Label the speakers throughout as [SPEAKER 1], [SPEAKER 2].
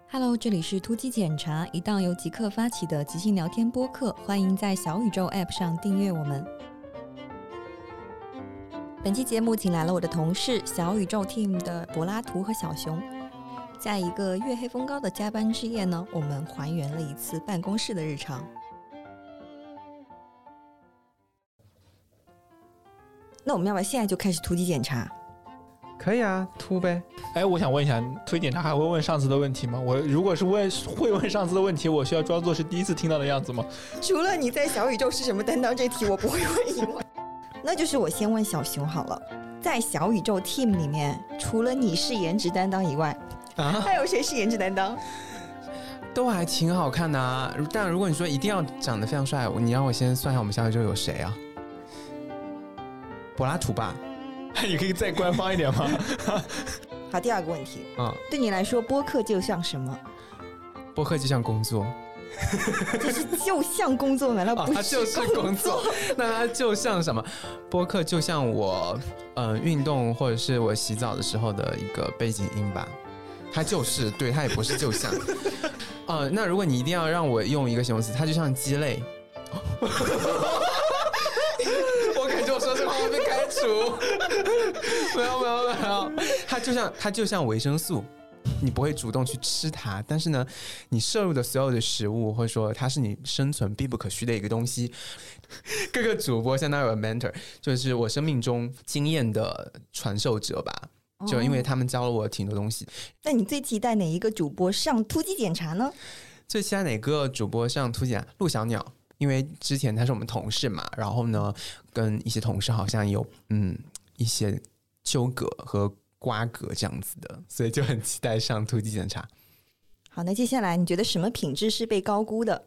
[SPEAKER 1] Hello， 这里是突击检查，一档由极客发起的即兴聊天播客，欢迎在小宇宙 App 上订阅我们。本期节目请来了我的同事小宇宙 Team 的柏拉图和小熊。在一个月黑风高的加班之夜呢，我们还原了一次办公室的日常。那我们要不要现在就开始突击检查？
[SPEAKER 2] 可以啊，突呗。
[SPEAKER 3] 我想问一下，推检查还会问上司的问题吗？我如果是会问上司的问题，我需要装作是第一次听到的样子吗？
[SPEAKER 1] 除了你在小宇宙是什么担当这题我不会问以外，那就是我先问小熊好了。在小宇宙 team 里面，除了你是颜值担当以外，还有谁是颜值担当？
[SPEAKER 2] 都还挺好看的啊。但如果你说一定要长得非常帅，你让我先算一下我们小宇宙有谁啊？柏拉图吧。
[SPEAKER 3] 你可以再官方一点吗？
[SPEAKER 1] 好，第二个问题，对你来说播客就像什么？
[SPEAKER 2] 播客就像工作。
[SPEAKER 1] 这是就像工作吗？那不是
[SPEAKER 2] 它就是工作。那它就像什么？播客就像我运动或者是我洗澡的时候的一个背景音吧。它就是对，它也不是就像。那如果你一定要让我用一个形容词，它就像鸡肋。我感觉我说这话会被开除。没有，它就像维生素，你不会主动去吃它，但是呢，你摄入的所有的食物，或者说它是你生存必不可虚的一个东西。各个主播相当于有 mentor， 就是我生命中经验的传授者吧。就因为他们教了我挺多东西。
[SPEAKER 1] 那你最期待哪一个主播上突击检查呢？
[SPEAKER 2] 最期待哪个主播上突击检查？陆小鸟。因为之前他是我们同事嘛，然后呢跟一些同事好像有一些纠葛和瓜葛这样子的，所以就很期待上突击检查。
[SPEAKER 1] 好，那接下来你觉得什么品质是被高估的？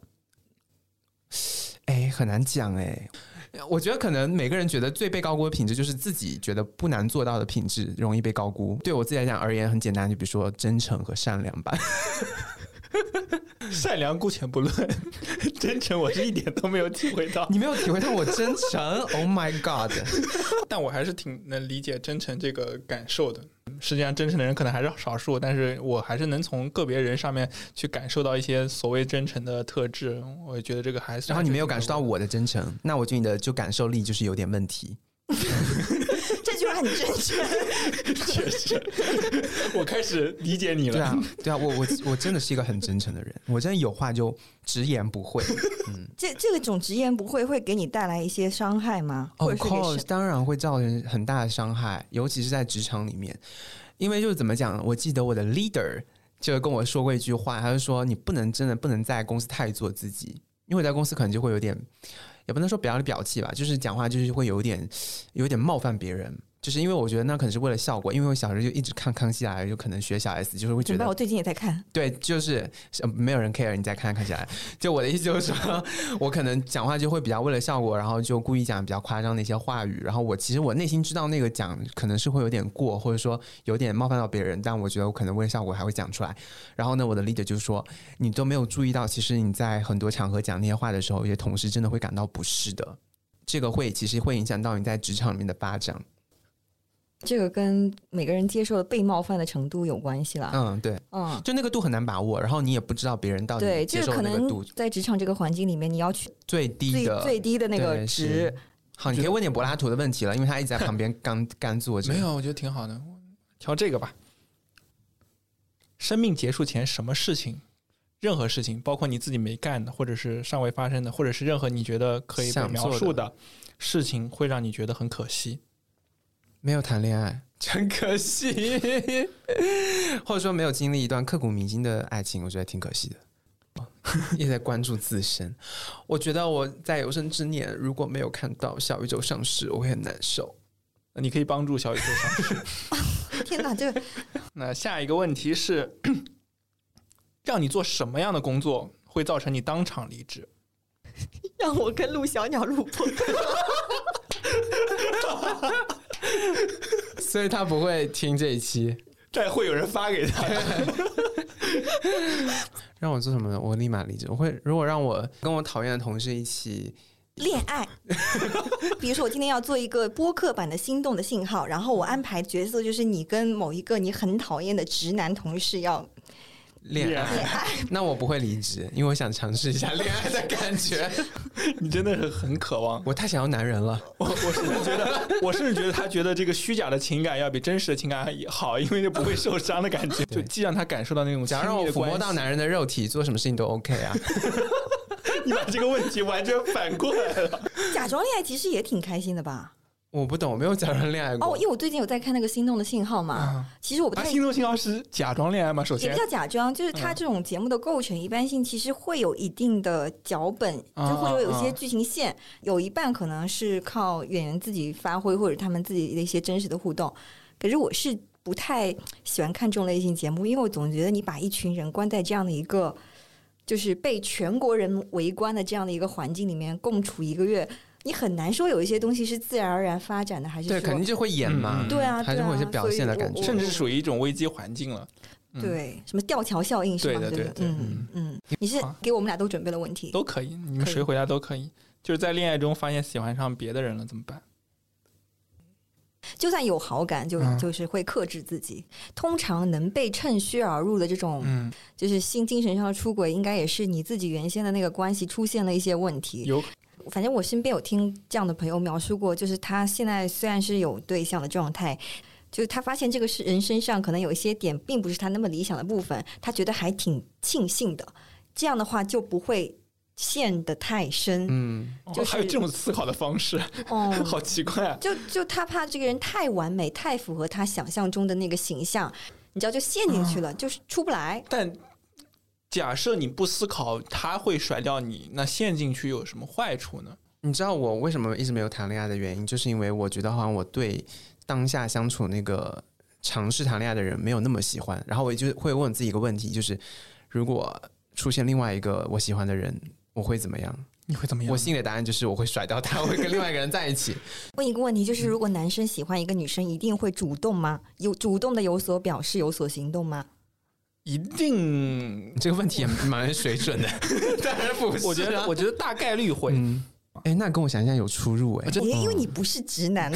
[SPEAKER 2] 很难讲我觉得可能每个人觉得最被高估的品质就是自己觉得不难做到的品质容易被高估。对我自己来讲而言很简单，就比如说真诚和善良吧。
[SPEAKER 3] 善良姑且不论，真诚我是一点都没有体会到。
[SPEAKER 2] 你没有体会到我真诚？Oh my god！
[SPEAKER 3] 但我还是挺能理解真诚这个感受的。实际上真诚的人可能还是少数，但是我还是能从个别人上面去感受到一些所谓真诚的特质。我觉得这个还是。
[SPEAKER 2] 然后你没有感受到我的真诚，那我觉得你的就感受力就是有点问题。
[SPEAKER 1] 这句话很真诚。
[SPEAKER 3] 确实，我开始理解你了。
[SPEAKER 2] 对啊，我真的是一个很真诚的人，我真的有话就直言不讳。
[SPEAKER 1] 这种直言不讳会给你带来一些伤害吗？
[SPEAKER 2] Of course， 当然会造成很大的伤害，尤其是在职场里面。因为就是怎么讲，我记得我的 leader 就跟我说过一句话，他就说你真的不能在公司太做自己，因为我在公司可能就会有点，也不能说表里表气吧，就是讲话就是会有点冒犯别人。就是因为我觉得那可能是为了效果，因为我小时候就一直看康熙来了，就可能学小 S， 就是会觉得
[SPEAKER 1] 我最近也在看。对，
[SPEAKER 2] 就是没有人 care， 你再看起来。就我的意思就是说，我可能讲话就会比较为了效果，然后就故意讲比较夸张的一些话语，然后其实我内心知道那个讲可能是会有点过，或者说有点冒犯到别人，但我觉得我可能为了效果还会讲出来。然后呢，我的 leader 就说你都没有注意到，其实你在很多场合讲那些话的时候，有些同事真的会感到不适的。这个其实会影响到你在职场里面的发展。
[SPEAKER 1] 这个跟每个人接受的被冒犯的程度有关系啦。
[SPEAKER 2] 对，就那个度很难把握，然后你也不知道别人到底接受的那个度。对，这个可能在
[SPEAKER 1] 职场这个环境里面，你要去最低的那个值。
[SPEAKER 2] 好，你可以问点柏拉图的问题了，因为他一直在旁边干坐着。
[SPEAKER 3] 没有，我觉得挺好的。挑这个吧。生命结束前，什么事情？任何事情，包括你自己没干的，或者是尚未发生的，或者是任何你觉得可以被描述的事情，会让你觉得很可惜。
[SPEAKER 2] 没有谈恋爱，真可惜。或者说没有经历一段刻骨铭心的爱情，我觉得挺可惜的。一直在关注自身。我觉得我在有生之年如果没有看到小宇宙上市，我会很难受。
[SPEAKER 3] 你可以帮助小宇宙上市。
[SPEAKER 1] 天哪，这个。
[SPEAKER 3] 那下一个问题是，让你做什么样的工作会造成你当场离职？
[SPEAKER 1] 让我跟陆小鸟录播。
[SPEAKER 2] 所以他不会听这一期，
[SPEAKER 3] 这会有人发给他。
[SPEAKER 2] 让我做什么呢？我立马离职。如果让我跟我讨厌的同事一起
[SPEAKER 1] 恋爱，比如说我今天要做一个播客版的心动的信号，然后我安排角色就是你跟某一个你很讨厌的直男同事要
[SPEAKER 2] 恋爱，那我不会离职，因为我想尝试一下恋爱的感觉。
[SPEAKER 3] 你真的是很渴望，
[SPEAKER 2] 我太想要男人了。
[SPEAKER 3] 我甚至觉得他觉得这个虚假的情感要比真实的情感好，因为就不会受伤的感觉，就既让他感受到那种亲密的关系。
[SPEAKER 2] 只要让我抚摸到男人的肉体，做什么事情都 OK 啊。
[SPEAKER 3] 你把这个问题完全反过来了。
[SPEAKER 1] 假装恋爱其实也挺开心的吧？
[SPEAKER 2] 我不懂，我没有假装恋爱过。
[SPEAKER 1] 因为我最近有在看那个《心动的信号》嘛，其实我不太。
[SPEAKER 3] 心动信号是假装恋爱吗？首先
[SPEAKER 1] 也不叫假装，就是它这种节目的构成一般性其实会有一定的脚本，就或者有一些剧情线，有一半可能是靠演员自己发挥或者他们自己的一些真实的互动。可是我是不太喜欢看这种类型节目，因为我总觉得你把一群人关在这样的一个就是被全国人围观的这样的一个环境里面共处1个月，你很难说有一些东西是自然而然发展的，还是说
[SPEAKER 2] 对，肯定就会演嘛，
[SPEAKER 1] 对啊，
[SPEAKER 2] 还是会有一些表现的感觉，
[SPEAKER 3] 甚至是属于一种危机环境了。
[SPEAKER 1] 对，什么吊桥效应是吗？
[SPEAKER 3] 对，
[SPEAKER 1] 你是给我们俩都准备了问题，
[SPEAKER 3] 都可以，你们谁回答都可以。就是在恋爱中发现喜欢上别的人了怎么办？
[SPEAKER 1] 就算有好感，就是会克制自己。通常能被趁虚而入的这种，就是精神上的出轨，应该也是你自己原先的那个关系出现了一些问题。反正我身边有听这样的朋友描述过，就是他现在虽然是有对象的状态，就是他发现这个人身上可能有一些点并不是他那么理想的部分，他觉得还挺庆幸的。这样的话就不会陷得太深，
[SPEAKER 3] 还有这种思考的方式，好奇怪啊！
[SPEAKER 1] 就他怕这个人太完美，太符合他想象中的那个形象，你知道就陷进去了，就是出不来。
[SPEAKER 3] 但假设你不思考他会甩掉你，那陷进去有什么坏处呢？
[SPEAKER 2] 你知道我为什么一直没有谈恋爱的原因，就是因为我觉得好像我对当下相处那个尝试谈恋爱的人没有那么喜欢，然后我就会问我自己一个问题，就是如果出现另外一个我喜欢的人，我会怎么样？
[SPEAKER 3] 你会怎么样？
[SPEAKER 2] 我心里的答案就是我会甩掉他，我会跟另外一个人在一起。
[SPEAKER 1] 问一个问题，就是如果男生喜欢一个女生，一定会主动吗？有主动的有所表示，有所行动吗？
[SPEAKER 3] 一定，
[SPEAKER 2] 这个问题也蛮水准的。当然不是，
[SPEAKER 3] 我觉得大概率会。
[SPEAKER 2] 那跟我想象有出入
[SPEAKER 1] 因为你不是直男。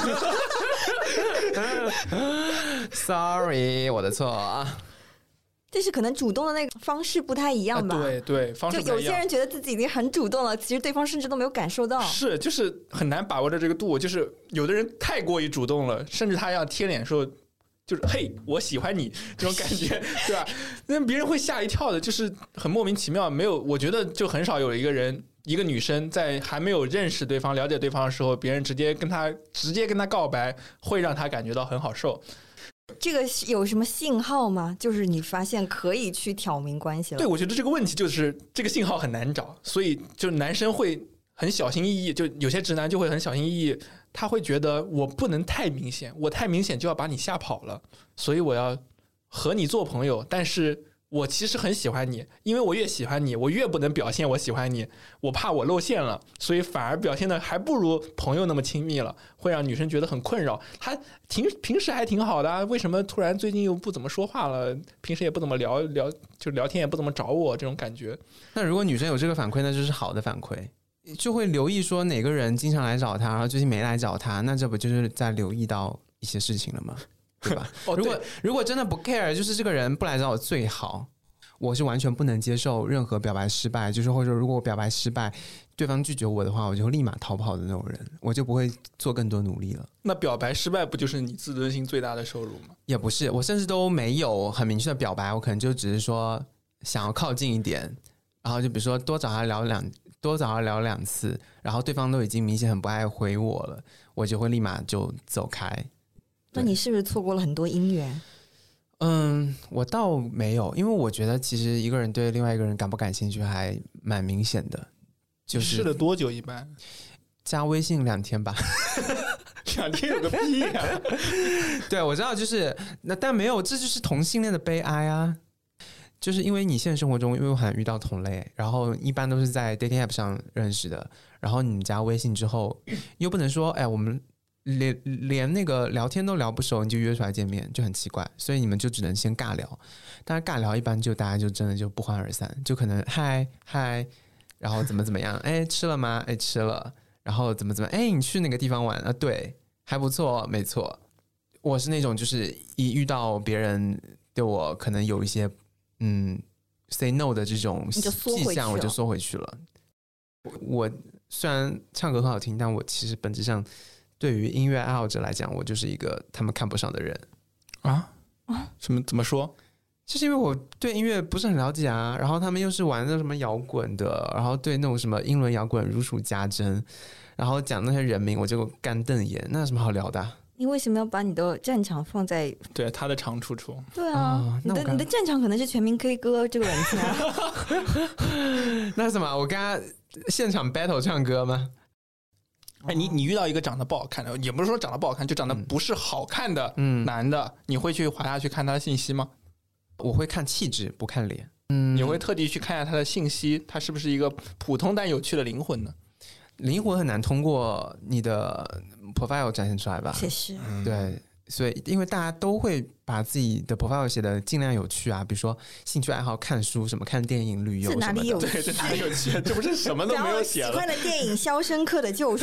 [SPEAKER 2] Sorry， 我的错啊。
[SPEAKER 1] 但是可能主动的那个方式不太一样吧？
[SPEAKER 3] 对，方式不太一样。
[SPEAKER 1] 就有些人觉得自己已经很主动了，其实对方甚至都没有感受到。
[SPEAKER 3] 是，就是很难把握着这个度。就是有的人太过于主动了，甚至他要贴脸说，就是嘿，我喜欢你这种感觉，对吧？那别人会吓一跳的，就是很莫名其妙。没有，我觉得就很少有一个女生在还没有认识对方、了解对方的时候，别人直接跟他告白，会让他感觉到很好受。
[SPEAKER 1] 这个有什么信号吗？就是你发现可以去挑明关系了。
[SPEAKER 3] 对，我觉得这个问题就是这个信号很难找，所以就男生会很小心翼翼，就有些直男就会很小心翼翼，他会觉得我不能太明显，我太明显就要把你吓跑了，所以我要和你做朋友，但是我其实很喜欢你，因为我越喜欢你，我越不能表现我喜欢你，我怕我露馅了，所以反而表现的还不如朋友那么亲密了，会让女生觉得很困扰。他平时还挺好的，为什么突然最近又不怎么说话了？平时也不怎么聊，就聊天也不怎么找我，这种感觉。
[SPEAKER 2] 那如果女生有这个反馈，那就是好的反馈，就会留意说哪个人经常来找他，然后最近没来找他，那这不就是在留意到一些事情了吗？对吧？如果真的不 care， 就是这个人不来找我最好。我是完全不能接受任何表白失败，就是或者如果我表白失败，对方拒绝我的话，我就立马逃跑的那种人，我就不会做更多努力了。
[SPEAKER 3] 那表白失败不就是你自尊心最大的羞辱吗？
[SPEAKER 2] 也不是，我甚至都没有很明确的表白，我可能就只是说想要靠近一点，然后就比如说多找他聊2次，然后对方都已经明显很不爱回我了，我就会立马就走开。
[SPEAKER 1] 那你是不是错过了很多姻缘？
[SPEAKER 2] 我倒没有，因为我觉得其实一个人对另外一个人感不感兴趣还蛮明显的。就是
[SPEAKER 3] 试了多久一般？
[SPEAKER 2] 加微信2天吧。
[SPEAKER 3] 2天有个屁啊！
[SPEAKER 2] 对，我知道，就是那，但没有，这就是同性恋的悲哀啊！就是因为你现实生活中因为我很遇到同类，然后一般都是在 dating app 上认识的，然后你加微信之后，又不能说我们连那个聊天都聊不熟，你就约出来见面，就很奇怪，所以你们就只能先尬聊。但是尬聊一般就大家就真的就不欢而散，就可能嗨，然后怎么样，吃了吗？吃了，然后怎么你去哪个地方玩啊？对，还不错，没错。我是那种就是一遇到别人对我可能有一些 say no 的这种迹象，我就缩回去了。我虽然唱歌很好听，但我其实本质上对于音乐爱好者来讲，我就是一个他们看不上的人
[SPEAKER 3] 啊。怎么说？
[SPEAKER 2] 就是因为我对音乐不是很了解啊，然后他们又是玩那什么摇滚的，然后对那种什么英伦摇滚如数家珍，然后讲那些人名我就干瞪眼，那有什么好聊的啊？
[SPEAKER 1] 你为什么要把你的战场放在
[SPEAKER 3] 对他的长处处？
[SPEAKER 1] 对啊，你的战场可能是全民 K 歌这个软件啊。
[SPEAKER 2] 那什么，我跟他现场 battle 唱歌吗？
[SPEAKER 3] 哎，你遇到一个长得不好看的，也不是说长得不好看，就长得不是好看的男的，你会去滑下去看他的信息吗？
[SPEAKER 2] 我会看气质，不看脸。
[SPEAKER 3] 你会特地去看一下他的信息，他是不是一个普通但有趣的灵魂呢？
[SPEAKER 2] 灵魂很难通过你的 profile 展现出来吧？
[SPEAKER 1] 确实，
[SPEAKER 2] 对。所以因为大家都会把自己的 profile 写的尽量有趣啊，比如说兴趣爱好看书什么，看电影旅游什么的。
[SPEAKER 1] 这哪里有趣？
[SPEAKER 3] 对，这哪里有趣？这不是什么都没有写了。
[SPEAKER 1] 喜欢的电影《肖申克的救赎》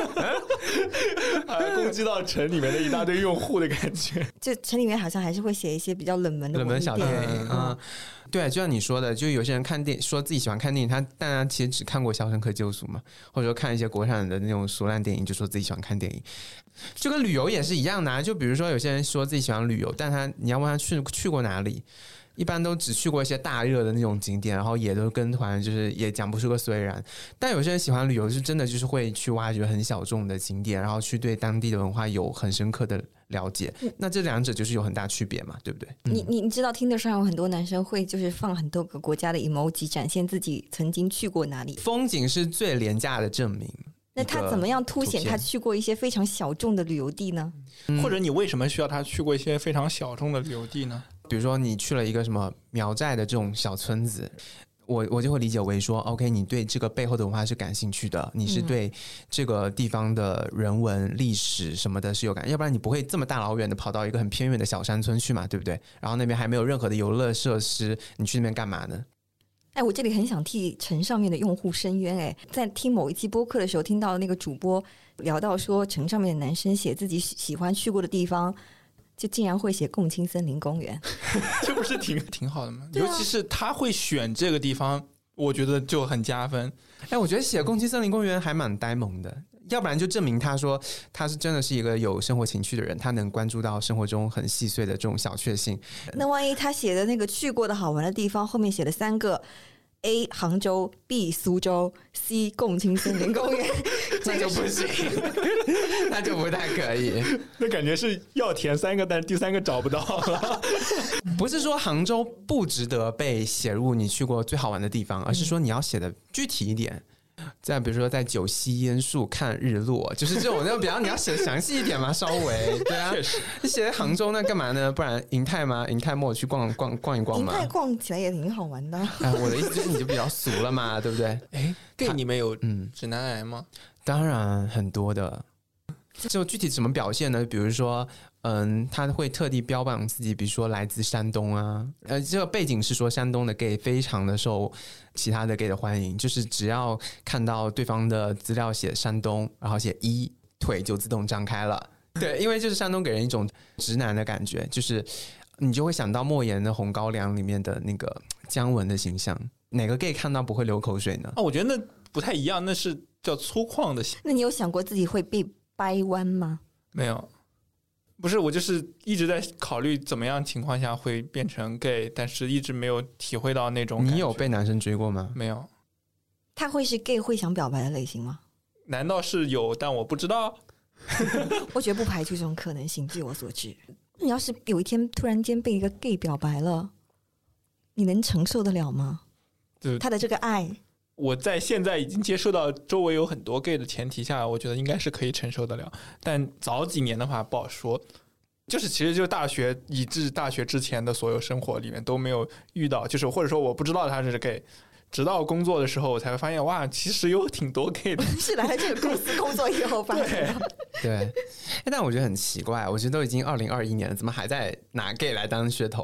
[SPEAKER 3] 攻击到城里面的一大堆用户的感觉。
[SPEAKER 1] 就城里面好像还是会写一些比较冷门的
[SPEAKER 2] 小电影。对，就像你说的，就有些人看电影说自己喜欢看电影，但他其实只看过《肖申克救赎》嘛，或者说看一些国产的那种俗烂电影，就说自己喜欢看电影。就跟旅游也是一样的啊，就比如说有些人说自己喜欢旅游，但你要问他去过哪里，一般都只去过一些大热的那种景点，然后也都跟团，就是也讲不出个所以然。但有些人喜欢旅游，是真的就是会去挖掘很小众的景点，然后去对当地的文化有很深刻的了解。那这两者就是有很大区别嘛，对不对？
[SPEAKER 1] 你知道Tinder上有很多男生会就是放很多个国家的 emoji 展现自己曾经去过哪里。
[SPEAKER 2] 风景是最廉价的证明。
[SPEAKER 1] 那他怎么样凸显他去过一些非常小众的旅游地呢？
[SPEAKER 3] 或者你为什么需要他去过一些非常小众的旅游地呢？
[SPEAKER 2] 比如说你去了一个什么苗寨的这种小村子，我就会理解为说 OK， 你对这个背后的文化是感兴趣的，你是对这个地方的人文历史什么的是有感，要不然你不会这么大老远的跑到一个很偏远的小山村去嘛，对不对？然后那边还没有任何的游乐设施，你去那边干嘛呢？
[SPEAKER 1] 哎，我这里很想替城上面的用户申冤。哎，在听某一期播客的时候，听到那个主播聊到说，城上面的男生写自己喜欢去过的地方，就竟然会写共青森林公园，
[SPEAKER 3] 这不是挺好的吗？尤其是他会选这个地方，我觉得就很加分。
[SPEAKER 2] 哎，我觉得写共青森林公园还蛮呆萌的。要不然就证明他说他是真的是一个有生活情趣的人，他能关注到生活中很细碎的这种小确幸。
[SPEAKER 1] 那万一他写的那个去过的好玩的地方后面写了3个 A 杭州 B 苏州 C 共青森林公园
[SPEAKER 2] 那就不行那就不太可以。
[SPEAKER 3] 那感觉是要填3个，但是第3个找不到了。
[SPEAKER 2] 不是说杭州不值得被写入你去过最好玩的地方，而是说你要写的具体一点。再比如说在九溪烟树看日落，就是这种那种比较你要写详细一点嘛，稍微对啊。
[SPEAKER 3] 确实，
[SPEAKER 2] 你写杭州那干嘛呢？不然银泰嘛，银泰末去逛一逛嘛。
[SPEAKER 1] 银泰逛起来也挺好玩的。
[SPEAKER 2] 我的意思就是你就比较俗了嘛，对不对？
[SPEAKER 3] 哎，gay你们有直男癌吗？
[SPEAKER 2] 当然很多的。就具体怎么表现呢？比如说他会特地标榜自己，比如说来自山东啊，这个背景是说山东的 gay 非常的受其他的 gay 的欢迎，就是只要看到对方的资料写山东，然后写一，腿就自动张开了。对，因为就是山东给人一种直男的感觉，就是你就会想到莫言的《红高粱》里面的那个姜文的形象，哪个 gay 看到不会流口水呢？
[SPEAKER 3] 我觉得那不太一样，那是叫粗犷的。
[SPEAKER 1] 那你有想过自己会被掰弯吗？
[SPEAKER 3] 没有。不是，我就是一直在考虑怎么样情况下会变成 gay， 但是一直没有体会到那种感觉。
[SPEAKER 2] 你有被男生追过吗？
[SPEAKER 3] 没有。
[SPEAKER 1] 他会是 gay 会想表白的类型吗？
[SPEAKER 3] 难道是有但我不知道？
[SPEAKER 1] 我觉得不排除这种可能性。据我所知，你要是有一天突然间被一个 gay 表白了，你能承受得了吗？他的这个爱，
[SPEAKER 3] 我在现在已经接受到周围有很多 gay 的前提下，我觉得应该是可以承受得了。但早几年的话不好说，就是其实就是大学以至大学之前的所有生活里面都没有遇到，就是或者说我不知道他是 gay， 直到工作的时候我才会发现，哇，其实有挺多 gay 的。
[SPEAKER 1] 是来了这个公司工作以后发现的。
[SPEAKER 2] 对，但我觉得很奇怪，我觉得都已经2021年了，怎么还在拿 gay 来当噱头啊？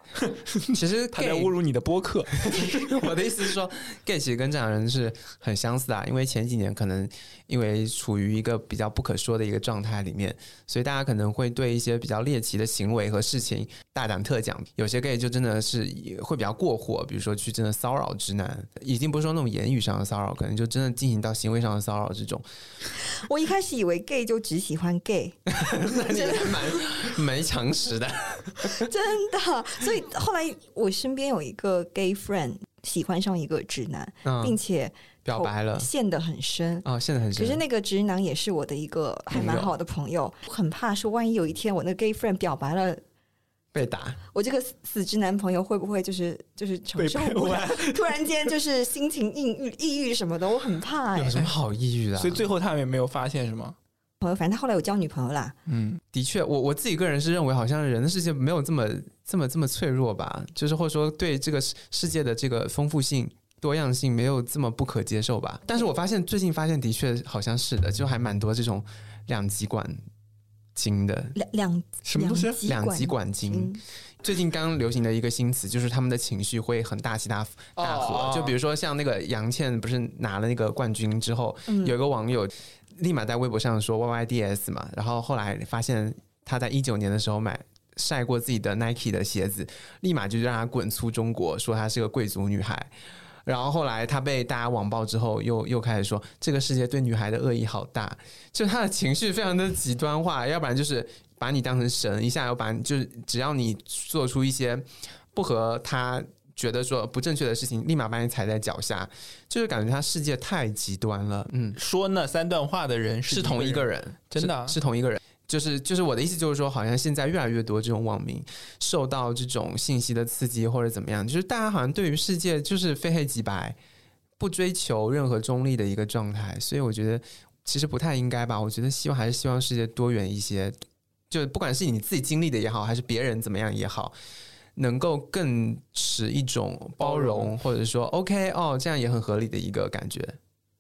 [SPEAKER 2] 其实
[SPEAKER 3] 他在侮辱你的播客。
[SPEAKER 2] 我的意思是说 gay 其实跟正常人是很相似的，因为前几年可能因为处于一个比较不可说的一个状态里面，所以大家可能会对一些比较猎奇的行为和事情大胆特讲。有些 gay 就真的是会比较过火，比如说去真的骚扰直男，已经不是说那种言语上的骚扰，可能就真的进行到行为上的骚扰这种。
[SPEAKER 1] 我一开始以为 gay 就只喜欢 gay，
[SPEAKER 2] 那你还蛮常识的。
[SPEAKER 1] 真的。所以后来我身边有一个 gay friend 喜欢上一个直男，并且
[SPEAKER 2] 表白了，
[SPEAKER 1] 陷得很深
[SPEAKER 2] 陷得很深。
[SPEAKER 1] 可是那个直男也是我的一个还蛮好的朋友，很怕说万一有一天我那个 gay friend 表白了
[SPEAKER 2] 被打，
[SPEAKER 1] 我这个死直男朋友会不会就是承受不了，突然间就是心情抑郁什么的，我很怕。
[SPEAKER 2] 有什么好抑郁的
[SPEAKER 3] 所以最后他也没有发现是吗？
[SPEAKER 1] 朋友，反正他后来有交女朋友啦。
[SPEAKER 2] 的确，我自己个人是认为，好像人的世界没有这么脆弱吧，就是或者说对这个世界的这个丰富性、多样性没有这么不可接受吧。但是我最近发现的确好像是的，就还蛮多这种两极管经的。
[SPEAKER 3] 什么东西？
[SPEAKER 2] 两极管经。最近刚流行的一个新词，就是他们的情绪会很大起大合。就比如说像那个杨倩不是拿了那个冠军之后，有一个网友立马在微博上说 YYDS 嘛，然后后来发现他在19年的时候晒过自己的 Nike 的鞋子，立马就让他滚出中国，说她是个贵族女孩。然后后来他被大家网暴之后又开始说这个世界对女孩的恶意好大，就他的情绪非常的极端化，要不然就是把你当成神，一下又把你就是只要你做出一些不合他觉得说不正确的事情，立马把你踩在脚下，就是感觉他世界太极端了。
[SPEAKER 3] 说那3段话的人是
[SPEAKER 2] 同一个人，
[SPEAKER 3] 真的
[SPEAKER 2] 是同一个人。就是我的意思就是说，好像现在越来越多这种网民受到这种信息的刺激或者怎么样，就是大家好像对于世界就是非黑即白，不追求任何中立的一个状态。所以我觉得其实不太应该吧。我觉得还是希望世界多元一些，就不管是你自己经历的也好，还是别人怎么样也好，能够更持一种包容，或者说 OK 这样也很合理的一个感觉。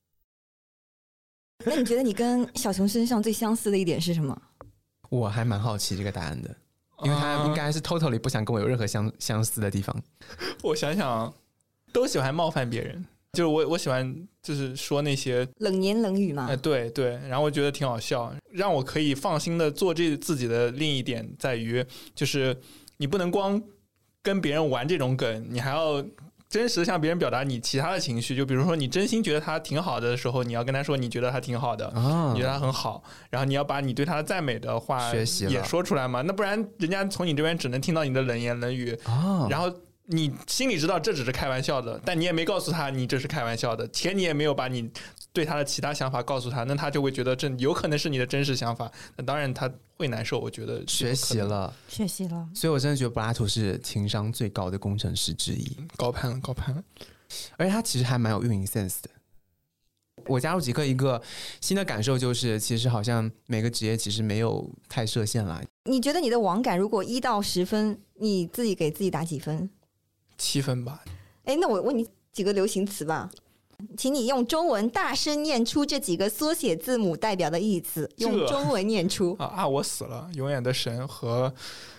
[SPEAKER 1] 那你觉得你跟小熊身上最相似的一点是什么？
[SPEAKER 2] 我还蛮好奇这个答案的，因为他应该是 totally 不想跟我有任何相似的地方。
[SPEAKER 3] 我想想，都喜欢冒犯别人，就是我喜欢就是说那些
[SPEAKER 1] 冷言冷语嘛。
[SPEAKER 3] 对对，然后我觉得挺好笑，让我可以放心的做自己的另一点在于，就是你不能光跟别人玩这种梗，你还要真实向别人表达你其他的情绪。就比如说你真心觉得他挺好的时候，你要跟他说你觉得他挺好的，你觉得他很好，然后你要把你对他的赞美的话也说出来嘛，那不然人家从你这边只能听到你的冷言冷语，然后你心里知道这只是开玩笑的，但你也没告诉他你这是开玩笑的，且你也没有把你对他的其他想法告诉他，那他就会觉得这有可能是你的真实想法，那当然他会难受。我觉得
[SPEAKER 2] 学习了，所以我真的觉得柏拉图是情商最高的工程师之一，
[SPEAKER 3] 高攀了。
[SPEAKER 2] 而且他其实还蛮有运营 sense 的。我加入极客一个新的感受就是，其实好像每个职业其实没有太设限了。
[SPEAKER 1] 你觉得你的网感如果1到10分，你自己给自己打几分
[SPEAKER 3] ？7分吧。
[SPEAKER 1] 那我问你几个流行词吧，请你用中文大声念出这几个缩写字母代表的意思，用中文念出。
[SPEAKER 3] 我死了，永远的神和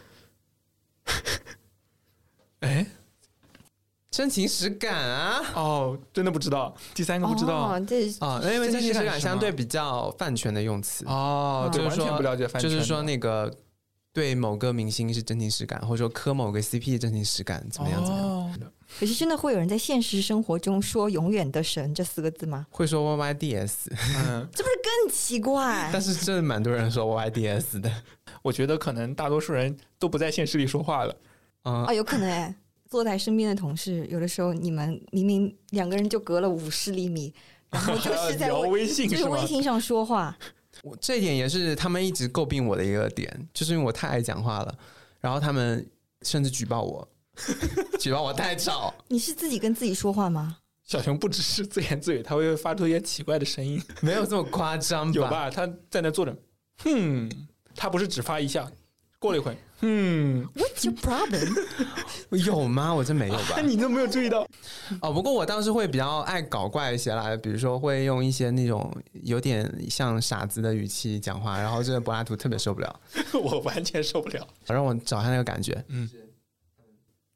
[SPEAKER 2] 真情实感啊！
[SPEAKER 3] 真的不知道，第3个不知道
[SPEAKER 2] 因为真情实感相对比较饭圈的用词
[SPEAKER 3] 对，完全不了解饭圈，
[SPEAKER 2] 就是说那个对某个明星是真情实感，或者说磕某个 CP 真情实感，怎么样？
[SPEAKER 1] 可是真的会有人在现实生活中说“永远的神”这4个字吗？
[SPEAKER 2] 会说 YYDS，
[SPEAKER 1] 这不是更奇怪？
[SPEAKER 2] 但是真的蛮多人说 YYDS 的。
[SPEAKER 3] 我觉得可能大多数人都不在现实里说话了。
[SPEAKER 1] 有可能坐在身边的同事，有的时候你们明明2个人就隔了50厘米，然后就是在
[SPEAKER 3] 聊微信，
[SPEAKER 1] 就是微信上说话。
[SPEAKER 2] 这一点也是他们一直诟病我的一个点，就是因为我太爱讲话了，然后他们甚至举报我太吵。
[SPEAKER 1] 你是自己跟自己说话吗？
[SPEAKER 3] 小熊不只是自言自语，他会发出一些奇怪的声音。
[SPEAKER 2] 没有这么夸张吧？
[SPEAKER 3] 有吧？他在那坐着，他不是只发一下，过了一会
[SPEAKER 1] What's your problem？
[SPEAKER 2] 有吗？我真没有吧？
[SPEAKER 3] 你都没有注意到
[SPEAKER 2] 不过我当时会比较爱搞怪一些啦，比如说会用一些那种有点像傻子的语气讲话，然后这个柏拉图特别受不了。
[SPEAKER 3] 我完全受不了，
[SPEAKER 2] 让我找他那个感觉。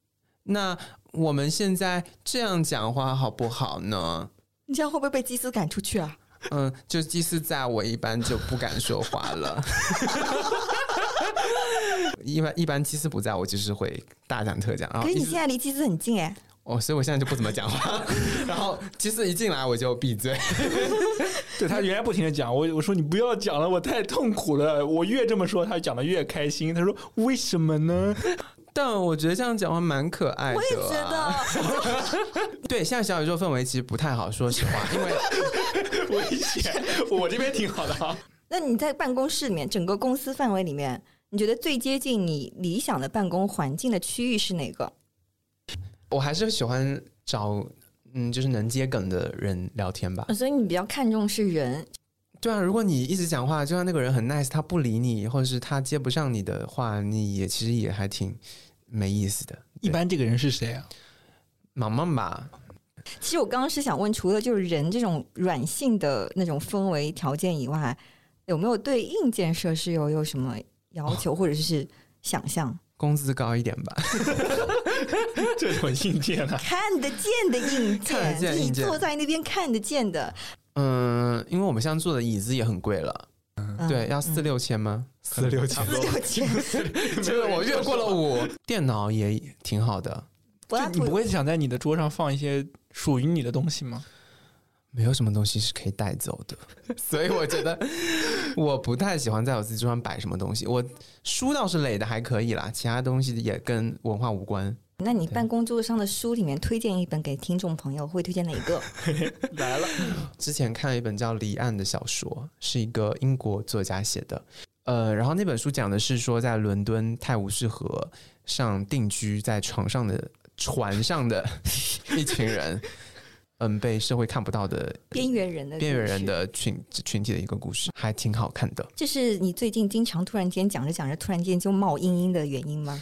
[SPEAKER 2] 那我们现在这样讲话好不好呢？
[SPEAKER 1] 你这样会不会被祭司赶出去啊？
[SPEAKER 2] 就祭司在，我一般就不敢说话了。一般祭司不在，我就是会大讲特讲。
[SPEAKER 1] 可是你现在离祭司很近哎。
[SPEAKER 2] 所以我现在就不怎么讲话。然后祭司一进来我就闭嘴。
[SPEAKER 3] 对，他原来不停的讲，我说你不要讲了，我太痛苦了。我越这么说，他讲的越开心。他说为什么呢？
[SPEAKER 2] 但我觉得这样讲话蛮可爱的。
[SPEAKER 1] 我也觉得。
[SPEAKER 2] 对，现在小宇宙氛围其实不太好，说实话，因为
[SPEAKER 3] 危险。我这边挺好的哈。
[SPEAKER 1] 那你在办公室里面，整个公司范围里面，你觉得最接近你理想的办公环境的区域是哪个？
[SPEAKER 2] 我还是喜欢找就是能接梗的人聊天吧。
[SPEAKER 1] 所以你比较看重是人。
[SPEAKER 2] 对啊，如果你一直讲话，就算那个人很 nice， 他不理你，或者是他接不上你的话，你其实也还挺没意思的。
[SPEAKER 3] 一般这个人是谁啊？
[SPEAKER 2] 忙忙吧。
[SPEAKER 1] 其实我刚刚是想问，除了就是人这种软性的那种氛围条件以外，有没有对硬件设施有什么要求或者是想象？
[SPEAKER 2] 工资高一点吧。
[SPEAKER 3] 这种硬件啊，
[SPEAKER 1] 看得见的硬件，就是你坐在那边看得见的。
[SPEAKER 2] 因为我们现在坐的椅子也很贵了。对，要4-6千吗？4-6千，就是我越过了5。电脑也挺好的。
[SPEAKER 3] 你不会想在你的桌上放一些属于你的东西吗？
[SPEAKER 2] 没有什么东西是可以带走的，所以我觉得我不太喜欢在我自己桌上摆什么东西。我书倒是垒的还可以啦，其他东西也跟文化无关。
[SPEAKER 1] 那你办公桌上的书里面推荐一本给听众朋友，会推荐哪一个？
[SPEAKER 3] 来了，
[SPEAKER 2] 之前看了一本叫《离岸》的小说，是一个英国作家写的。然后那本书讲的是说，在伦敦泰晤士河上定居在船上的一群人。被社会看不到的
[SPEAKER 1] 边缘人
[SPEAKER 2] 的群体的一个故事，还挺好看的。
[SPEAKER 1] 这是你最近经常突然间讲着讲着，突然间就冒阴阴的原因吗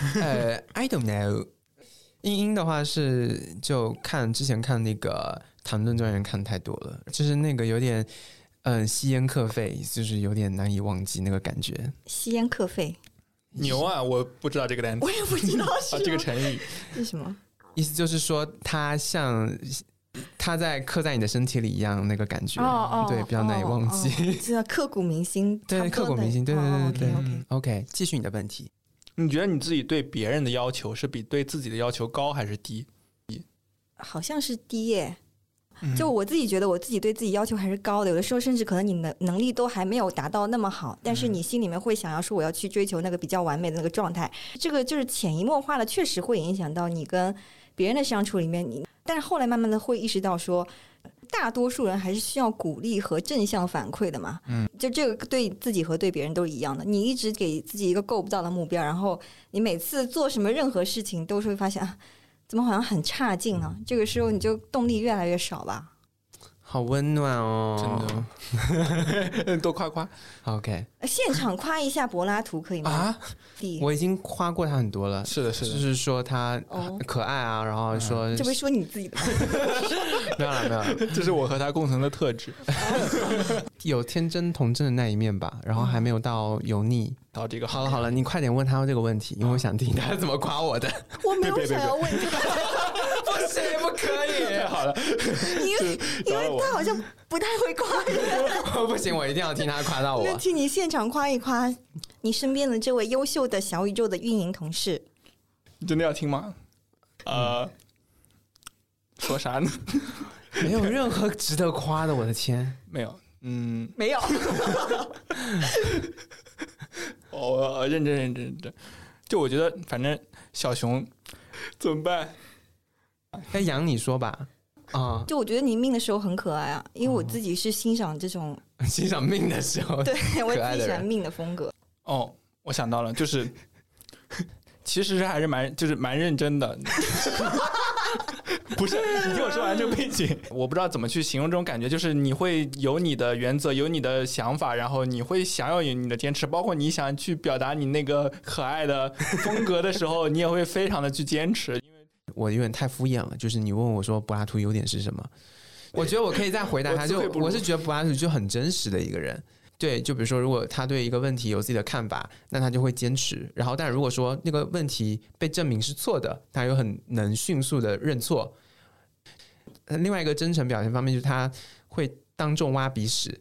[SPEAKER 2] ？I don't know。阴阴的话是就之前看那个《唐顿庄园》看太多了，就是那个有点吸烟克肺，就是有点难以忘记那个感觉。
[SPEAKER 1] 吸烟克肺，
[SPEAKER 3] 牛啊！我不知道这个单词，
[SPEAKER 1] 我也不知道是
[SPEAKER 3] 这个成语
[SPEAKER 1] 是什么
[SPEAKER 2] 意思，就是说它在刻在你的身体里一样，那个感觉，对，比较难以忘记，
[SPEAKER 1] 这刻骨铭心，
[SPEAKER 2] 对，刻骨铭心，对对对对。OK， 继续你的问题，
[SPEAKER 3] 你觉得你自己对别人的要求是比对自己的要求高还是低？
[SPEAKER 1] 好像是低耶。就我自己觉得我自己对自己要求还是高的，有的时候甚至可能你的能力都还没有达到那么好，但是你心里面会想要说我要去追求那个比较完美的那个状态，这个就是潜移默化的，确实会影响到你跟别人的相处里面。但是后来慢慢的会意识到说，大多数人还是需要鼓励和正向反馈的嘛。就这个对自己和对别人都是一样的。你一直给自己一个够不到的目标，然后你每次做什么任何事情都是会发现怎么好像很差劲呢？这个时候你就动力越来越少吧。
[SPEAKER 2] 好温暖哦，
[SPEAKER 3] 真的。多夸夸。
[SPEAKER 2] OK，
[SPEAKER 1] 现场夸一下柏拉图可以吗？
[SPEAKER 2] 我已经夸过他很多了。
[SPEAKER 3] 是的，是的，
[SPEAKER 2] 就是说他可爱啊，然后说
[SPEAKER 1] 这不是说你自己的吗？
[SPEAKER 2] 没有了，
[SPEAKER 3] 这是我和他共同的特质。
[SPEAKER 2] 有天真童真的那一面吧，然后还没有到油腻。
[SPEAKER 3] 到这个
[SPEAKER 2] 好了，你快点问他这个问题，因为我想听他怎么夸我的。
[SPEAKER 1] 我没有想要问这个。
[SPEAKER 2] 不行，不可以。
[SPEAKER 3] 太好了，
[SPEAKER 1] 因为他好像不太会夸人。
[SPEAKER 2] 不行，我一定要听他夸到我。
[SPEAKER 1] 那请你现场夸一夸你身边的这位优秀的小宇宙的运营同事。
[SPEAKER 3] 你真的要听吗？说啥呢？
[SPEAKER 2] 没有任何值得夸的，我的天，
[SPEAKER 3] 没有，
[SPEAKER 1] 没有。
[SPEAKER 3] 认真。就我觉得，反正小熊怎么办？
[SPEAKER 2] 杨你说吧。
[SPEAKER 1] 就我觉得你命的时候很可爱啊，因为我自己是欣赏这种
[SPEAKER 2] 欣赏命的时候，
[SPEAKER 1] 对我自己喜欢命的风格。
[SPEAKER 3] 我想到了，就是其实还是蛮认真的。不是，你听我说完这个背景，我不知道怎么去形容这种感觉，就是你会有你的原则，有你的想法，然后你会想要有你的坚持，包括你想去表达你那个可爱的风格的时候，你也会非常的去坚持。因为
[SPEAKER 2] 我有点太敷衍了，就是你问我说柏拉图优点是什么，我觉得我可以再回答他，就我是觉得柏拉图就很真实的一个人。 对，就比如说如果他对一个问题有自己的看法，那他就会坚持，然后但如果说那个问题被证明是错的，他又很能迅速的认错。另外一个真诚表现方面就是他会当众挖鼻屎。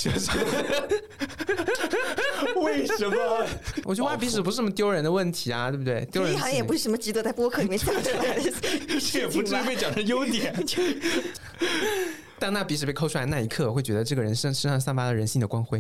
[SPEAKER 3] 为什么？
[SPEAKER 2] 我觉得挖鼻屎不是什么丢人的问题啊，对不对？丢人
[SPEAKER 1] 好像也不是什么值得在播客里面讲出来的事情，
[SPEAKER 3] 也不至于被讲成优点。
[SPEAKER 2] 当那鼻屎被抠出来那一刻，我会觉得这个人身上散发了人性的光辉。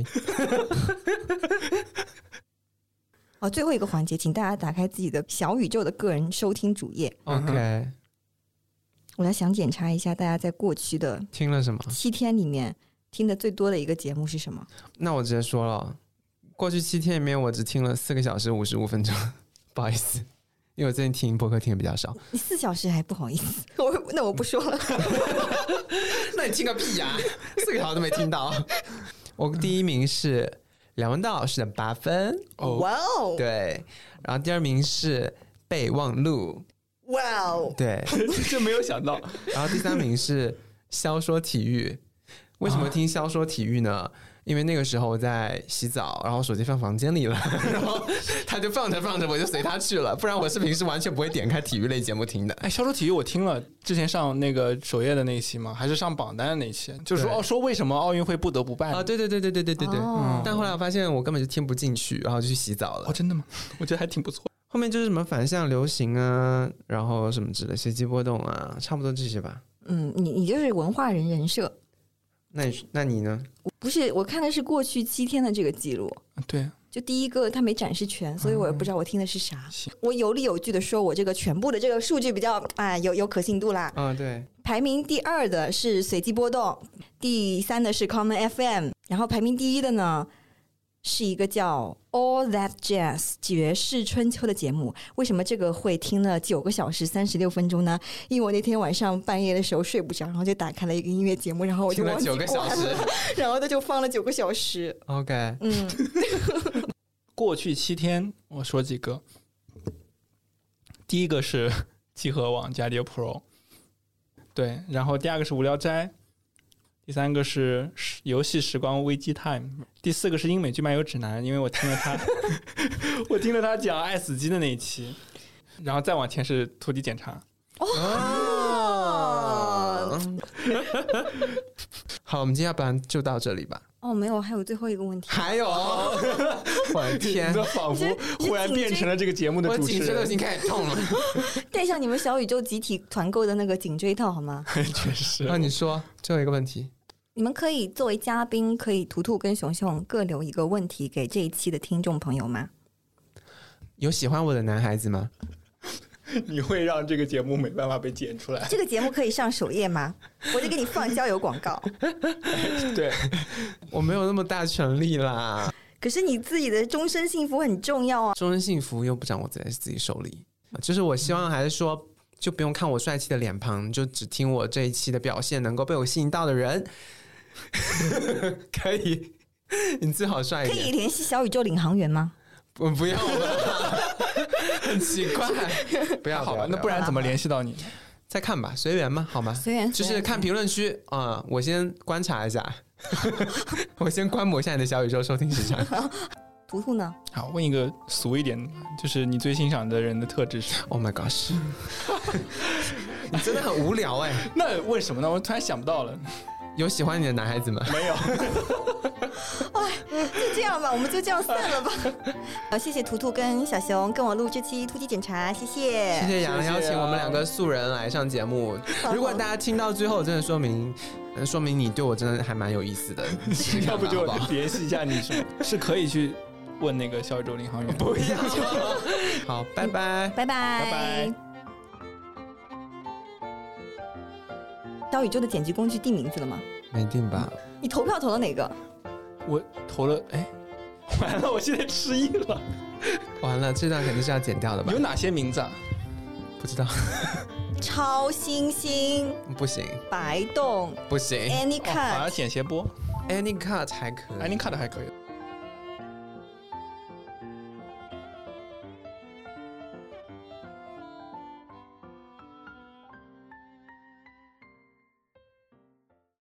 [SPEAKER 1] 好，最后一个环节，请大家打开自己的小宇宙的个人收听主页。
[SPEAKER 2] OK，
[SPEAKER 1] 我要想检查一下大家在过去的
[SPEAKER 2] 听了什么
[SPEAKER 1] 7天里面听的最多的一个节目是什么？
[SPEAKER 2] 那我直接说了，过去7天里面我只听了4个小时55分钟，不好意思，因为我最近听播客听的比较少。
[SPEAKER 1] 你4小时还不好意思？那我不说了。
[SPEAKER 2] 那你听个屁呀！4个小时都没听到。我第一名是梁文道老师的8分，
[SPEAKER 1] 哇哦，
[SPEAKER 2] 对，然后第二名是备忘录，
[SPEAKER 1] 哇哦，
[SPEAKER 2] 对，
[SPEAKER 3] 这没有想到。
[SPEAKER 2] 然后第3名是消说体育。为什么听消说体育呢？因为那个时候我在洗澡，然后手机放房间里了，然后他就放着放着，我就随他去了。不然我是平时完全不会点开体育类节目听的。
[SPEAKER 3] 哎，消说体育我听了，之前上那个首页的那一期吗？还是上榜单的那一期？就是说说为什么奥运会不得不办
[SPEAKER 2] 啊？对。但后来我发现我根本就听不进去，然后就去洗澡了。
[SPEAKER 3] 哦，真的吗？我觉得还挺不错。
[SPEAKER 2] 后面就是什么反向流行啊，然后什么之类，随机波动啊，差不多这些吧。
[SPEAKER 1] 你就是文化人设。
[SPEAKER 2] 那你呢？
[SPEAKER 1] 不是，我看的是过去7天的这个记录。
[SPEAKER 3] 对，
[SPEAKER 1] 就第一个他没展示全，所以我也不知道我听的是啥。我有理有据的说，我这个全部的这个数据比较有可信度啦。
[SPEAKER 2] 对。
[SPEAKER 1] 排名第2的是随机波动，第3的是 Common FM， 然后排名第1的呢是一个叫 All That Jazz 爵士春秋的节目。为什么这个会听了9个小时36分钟呢？因为我那天晚上半夜的时候睡不着，然后就打开了一个音乐节目，然后我就忘记关了
[SPEAKER 2] 听了9个小时，
[SPEAKER 1] 然后他就放了9个小时。
[SPEAKER 2] OK，
[SPEAKER 3] 过去7天我说几个，第一个是集合网加碟 Pro， 对，然后第2个是无聊斋，第3个是游戏时光危机 Time， 第4个是英美剧漫游指南，因为我听了他我听了他讲爱死机的那一期，然后再往前是突击检查。
[SPEAKER 2] 好，我们今天要不然就到这里吧。
[SPEAKER 1] 没有，还有最后一个问题。
[SPEAKER 2] 还有，我的天，
[SPEAKER 3] 你仿佛忽然变成了这个节目的主持人，
[SPEAKER 2] 我颈椎都已经开始痛了。
[SPEAKER 1] 带上你们小宇宙集体团购的那个颈椎套好吗？
[SPEAKER 3] 确实。
[SPEAKER 2] 那你说最后一个问题，
[SPEAKER 1] 你们可以作为嘉宾，可以图图跟熊熊各留一个问题给这一期的听众朋友吗？
[SPEAKER 2] 有喜欢我的男孩子吗？
[SPEAKER 3] 你会让这个节目没办法被剪出来。
[SPEAKER 1] 这个节目可以上首页吗？我就给你放交友广告。
[SPEAKER 3] 对，
[SPEAKER 2] 我没有那么大权力啦。
[SPEAKER 1] 可是你自己的终身幸福很重要啊。
[SPEAKER 2] 终身幸福又不掌握在自己手里，就是我希望还是说，就不用看我帅气的脸庞，就只听我这一期的表现能够被我吸引到的人。可以，你最好帅一点。
[SPEAKER 1] 可以联系小宇宙领航员吗？
[SPEAKER 2] 不要吧，很奇怪。不要，
[SPEAKER 3] 好吧，那不然怎么联系到你？
[SPEAKER 2] 再看吧，随缘嘛，好吗？
[SPEAKER 1] 随缘，
[SPEAKER 2] 就是看评论区啊，我先观察一下，我先观摩一下你的小宇宙收听时长。
[SPEAKER 1] 图图呢？
[SPEAKER 3] 好，问一个俗一点的，就是你最欣赏的人的特质是
[SPEAKER 2] ？Oh my gosh， 你真的很无聊哎。
[SPEAKER 3] 那问什么呢？我突然想不到了。
[SPEAKER 2] 有喜欢你的男孩子吗？
[SPEAKER 3] 没有。
[SPEAKER 1] 哎，就这样吧，我们就这样散了吧。好，谢谢图图跟小熊跟我录这期突击检查，谢谢。
[SPEAKER 2] 谢谢杨邀请我们2个素人来上节目。如果大家听到最后，真的说明你对我真的还蛮有意思的。
[SPEAKER 3] 要不就联系一下你，是可以去问那个小宇宙领航员。
[SPEAKER 2] 不要。好，拜拜，
[SPEAKER 1] 拜拜，拜拜。小宇宙的剪辑工具定名字了吗？
[SPEAKER 2] 没定吧？
[SPEAKER 1] 你投票投了哪个？
[SPEAKER 3] 我投了，哎，完了，我现在失忆了。
[SPEAKER 2] 完了，这段肯定是要剪掉的吧？
[SPEAKER 3] 有哪些名字啊？
[SPEAKER 2] 不知道。
[SPEAKER 1] 超星星
[SPEAKER 2] 不行，
[SPEAKER 1] 白洞
[SPEAKER 2] 不行
[SPEAKER 1] ，Anycut
[SPEAKER 3] 好像简谐波
[SPEAKER 2] ，Anycut 还可以
[SPEAKER 3] ，Anycut 还可以。